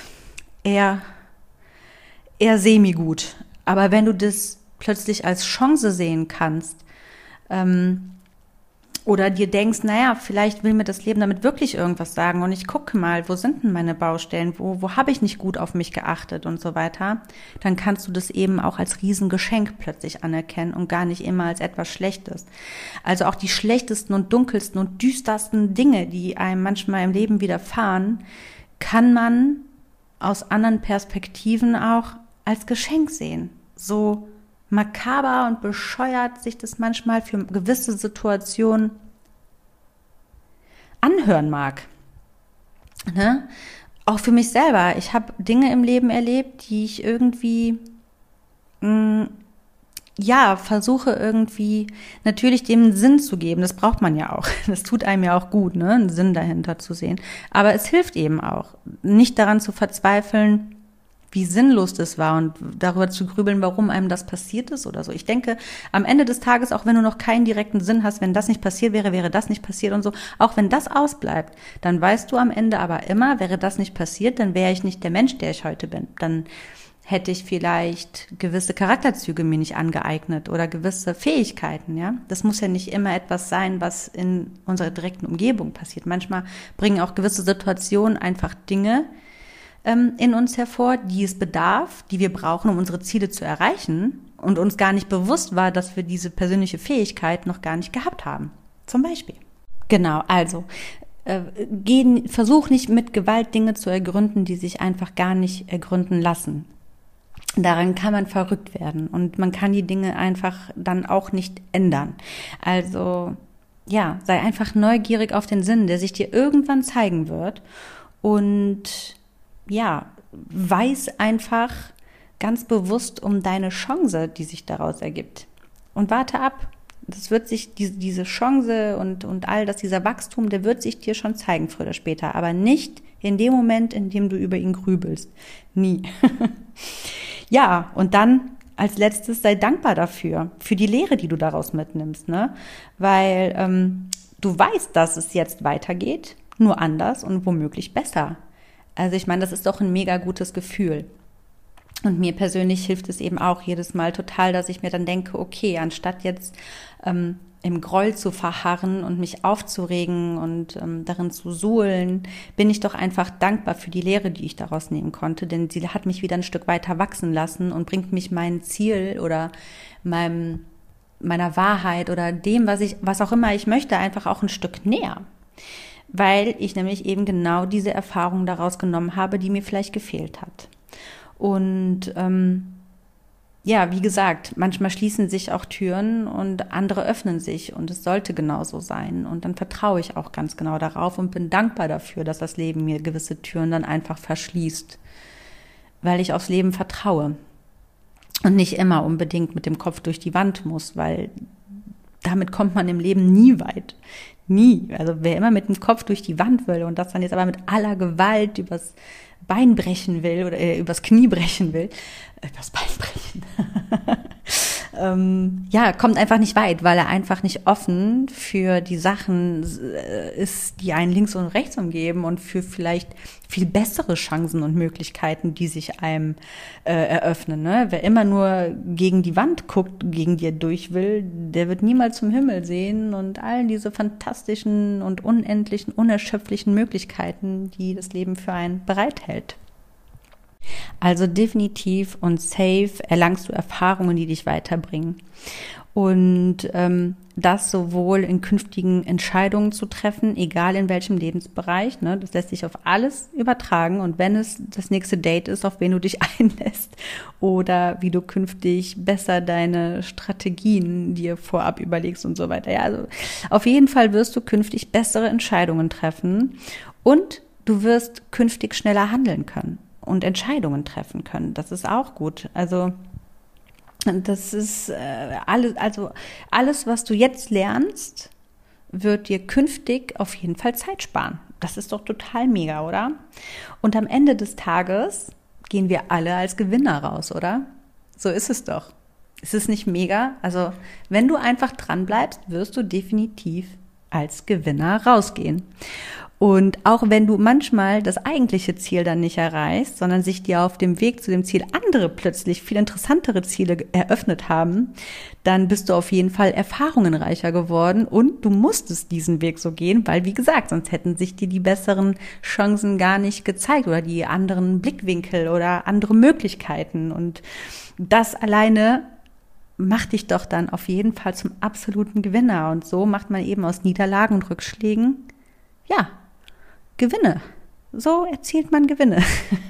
eher, eher semi-gut. Aber wenn du das plötzlich als Chance sehen kannst, ähm, oder dir denkst, naja, vielleicht will mir das Leben damit wirklich irgendwas sagen und ich gucke mal, wo sind denn meine Baustellen, wo, wo habe ich nicht gut auf mich geachtet und so weiter, dann kannst du das eben auch als Riesengeschenk plötzlich anerkennen und gar nicht immer als etwas Schlechtes. Also auch die schlechtesten und dunkelsten und düstersten Dinge, die einem manchmal im Leben widerfahren, kann man aus anderen Perspektiven auch als Geschenk sehen. So makaber und bescheuert sich das manchmal für gewisse Situationen anhören mag. Ne? Auch für mich selber. Ich habe Dinge im Leben erlebt, die ich irgendwie, mh, ja, versuche irgendwie natürlich dem einen Sinn zu geben. Das braucht man ja auch. Das tut einem ja auch gut, ne? Einen Sinn dahinter zu sehen. Aber es hilft eben auch, nicht daran zu verzweifeln, wie sinnlos das war und darüber zu grübeln, warum einem das passiert ist oder so. Ich denke, am Ende des Tages, auch wenn du noch keinen direkten Sinn hast, wenn das nicht passiert wäre, wäre das nicht passiert und so, auch wenn das ausbleibt, dann weißt du am Ende aber immer, wäre das nicht passiert, dann wäre ich nicht der Mensch, der ich heute bin. Dann hätte ich vielleicht gewisse Charakterzüge mir nicht angeeignet oder gewisse Fähigkeiten, ja. Das muss ja nicht immer etwas sein, was in unserer direkten Umgebung passiert. Manchmal bringen auch gewisse Situationen einfach Dinge ähm, in uns hervor, die es bedarf, die wir brauchen, um unsere Ziele zu erreichen und uns gar nicht bewusst war, dass wir diese persönliche Fähigkeit noch gar nicht gehabt haben. Zum Beispiel. Genau, also äh, geh, versuch nicht mit Gewalt Dinge zu ergründen, die sich einfach gar nicht ergründen lassen. Daran kann man verrückt werden und man kann die Dinge einfach dann auch nicht ändern. Also ja, sei einfach neugierig auf den Sinn, der sich dir irgendwann zeigen wird und ja, weiß einfach ganz bewusst um deine Chance, die sich daraus ergibt und warte ab. Das wird sich, diese, diese Chance und, und all das, dieser Wachstum, der wird sich dir schon zeigen, früher oder später, aber nicht in dem Moment, in dem du über ihn grübelst. Nie. Ja, und dann als letztes sei dankbar dafür, für die Lehre, die du daraus mitnimmst, ne? Weil ähm, du weißt, dass es jetzt weitergeht, nur anders und womöglich besser. Also ich meine, das ist doch ein mega gutes Gefühl. Und mir persönlich hilft es eben auch jedes Mal total, dass ich mir dann denke, okay, anstatt jetzt ähm, im Groll zu verharren und mich aufzuregen und ähm, darin zu suhlen, bin ich doch einfach dankbar für die Lehre, die ich daraus nehmen konnte, denn sie hat mich wieder ein Stück weiter wachsen lassen und bringt mich mein Ziel oder meinem, meiner Wahrheit oder dem, was ich, was auch immer ich möchte, einfach auch ein Stück näher. Weil ich nämlich eben genau diese Erfahrung daraus genommen habe, die mir vielleicht gefehlt hat. Und ähm, ja, wie gesagt, manchmal schließen sich auch Türen und andere öffnen sich und es sollte genauso sein. Und dann vertraue ich auch ganz genau darauf und bin dankbar dafür, dass das Leben mir gewisse Türen dann einfach verschließt, weil ich aufs Leben vertraue und nicht immer unbedingt mit dem Kopf durch die Wand muss, weil damit kommt man im Leben nie weit. Nie. Also wer immer mit dem Kopf durch die Wand will und das dann jetzt aber mit aller Gewalt übers Bein brechen will oder äh, übers Knie brechen will, äh, übers Bein brechen, ähm, ja, kommt einfach nicht weit, weil er einfach nicht offen für die Sachen äh, ist, die einen links und rechts umgeben und für vielleicht viel bessere Chancen und Möglichkeiten, die sich einem äh, eröffnen. Ne? Wer immer nur gegen die Wand guckt, gegen die er durch will, der wird niemals zum Himmel sehen und all diese fantastischen und unendlichen, unerschöpflichen Möglichkeiten, die das Leben für einen bereithält. Also definitiv und safe erlangst du Erfahrungen, die dich weiterbringen. Und ähm, das sowohl in künftigen Entscheidungen zu treffen, egal in welchem Lebensbereich, ne, das lässt sich auf alles übertragen. Und wenn es das nächste Date ist, auf wen du dich einlässt oder wie du künftig besser deine Strategien dir vorab überlegst und so weiter. Ja, also auf jeden Fall wirst du künftig bessere Entscheidungen treffen und du wirst künftig schneller handeln können und Entscheidungen treffen können. Das ist auch gut. Also das ist äh, alles, also alles, was du jetzt lernst, wird dir künftig auf jeden Fall Zeit sparen. Das ist doch total mega, oder? Und am Ende des Tages gehen wir alle als Gewinner raus, oder? So ist es doch. Ist es nicht mega? Also wenn du einfach dran bleibst, wirst du definitiv als Gewinner rausgehen. Und auch wenn du manchmal das eigentliche Ziel dann nicht erreichst, sondern sich dir auf dem Weg zu dem Ziel andere plötzlich viel interessantere Ziele eröffnet haben, dann bist du auf jeden Fall erfahrungenreicher geworden und du musstest diesen Weg so gehen, weil wie gesagt, sonst hätten sich dir die besseren Chancen gar nicht gezeigt oder die anderen Blickwinkel oder andere Möglichkeiten. Und das alleine macht dich doch dann auf jeden Fall zum absoluten Gewinner. Und so macht man eben aus Niederlagen und Rückschlägen, ja, Gewinne. So erzielt man Gewinne.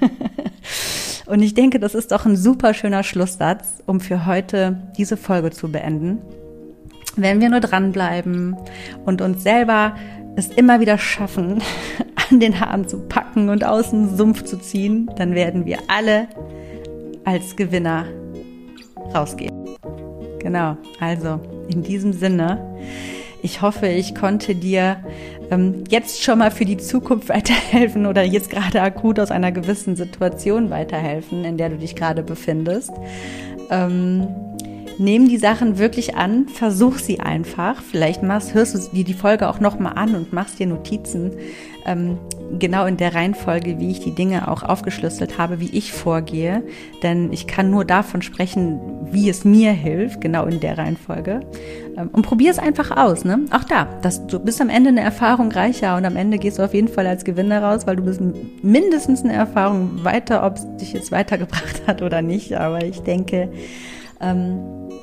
Und ich denke, das ist doch ein super schöner Schlusssatz, um für heute diese Folge zu beenden. Wenn wir nur dranbleiben und uns selber es immer wieder schaffen, an den Haaren zu packen und aus dem Sumpf zu ziehen, dann werden wir alle als Gewinner rausgehen. Genau, also in diesem Sinne, Ich hoffe, ich konnte dir ähm, jetzt schon mal für die Zukunft weiterhelfen oder jetzt gerade akut aus einer gewissen Situation weiterhelfen, in der du dich gerade befindest. Ähm, Nimm die Sachen wirklich an, versuch sie einfach. Vielleicht machst, hörst du dir die Folge auch nochmal an und machst dir Notizen, ähm, genau in der Reihenfolge, wie ich die Dinge auch aufgeschlüsselt habe, wie ich vorgehe. Denn ich kann nur davon sprechen, wie es mir hilft, genau in der Reihenfolge. Ähm, und probier es einfach aus. Ne? Auch da, das, du bist am Ende eine Erfahrung reicher und am Ende gehst du auf jeden Fall als Gewinner raus, weil du bist mindestens eine Erfahrung weiter, ob es dich jetzt weitergebracht hat oder nicht. Aber ich denke, ähm,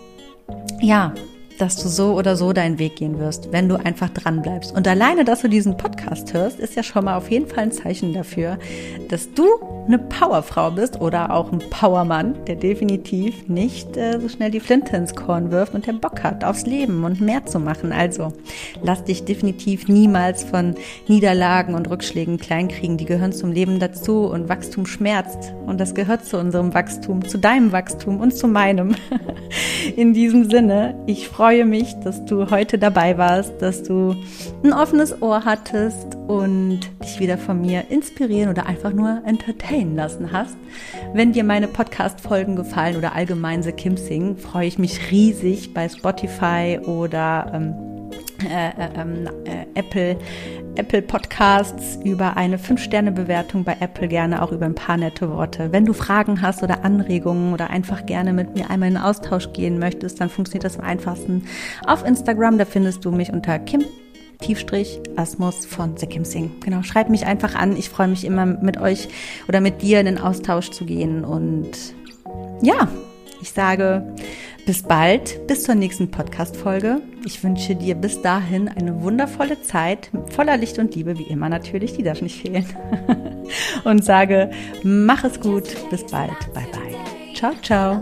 ja, dass du so oder so deinen Weg gehen wirst, wenn du einfach dran bleibst. Und alleine, dass du diesen Podcast hörst, ist ja schon mal auf jeden Fall ein Zeichen dafür, dass du eine Powerfrau bist oder auch ein Powermann, der definitiv nicht äh, so schnell die Flinte ins Korn wirft und der Bock hat aufs Leben und mehr zu machen. Also lass dich definitiv niemals von Niederlagen und Rückschlägen kleinkriegen. Die gehören zum Leben dazu und Wachstum schmerzt. Und das gehört zu unserem Wachstum, zu deinem Wachstum und zu meinem. In diesem Sinne, ich freue mich, dass du heute dabei warst, dass du ein offenes Ohr hattest und dich wieder von mir inspirieren oder einfach nur entertainen lassen hast. Wenn dir meine Podcast-Folgen gefallen oder allgemein The Kim Sing, freue ich mich riesig bei Spotify oder ähm, äh, äh, äh, Apple Apple Podcasts über eine fünf Sterne Bewertung bei Apple, gerne auch über ein paar nette Worte. Wenn du Fragen hast oder Anregungen oder einfach gerne mit mir einmal in den Austausch gehen möchtest, dann funktioniert das am einfachsten auf Instagram. Da findest du mich unter Kim Tiefstrich Asmus von The Kim Sing. Genau, schreib mich einfach an. Ich freue mich immer mit euch oder mit dir in den Austausch zu gehen. Und ja, ich sage bis bald, bis zur nächsten Podcast-Folge. Ich wünsche dir bis dahin eine wundervolle Zeit, voller Licht und Liebe, wie immer natürlich, die darf nicht fehlen. Und sage, mach es gut, bis bald, bye bye. Ciao, ciao.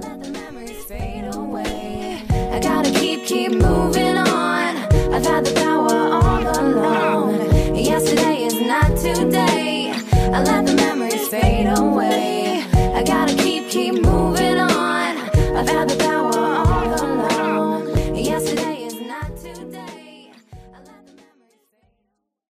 I gotta keep, keep moving on. I've had the power all along. Yesterday is not today. I let the memory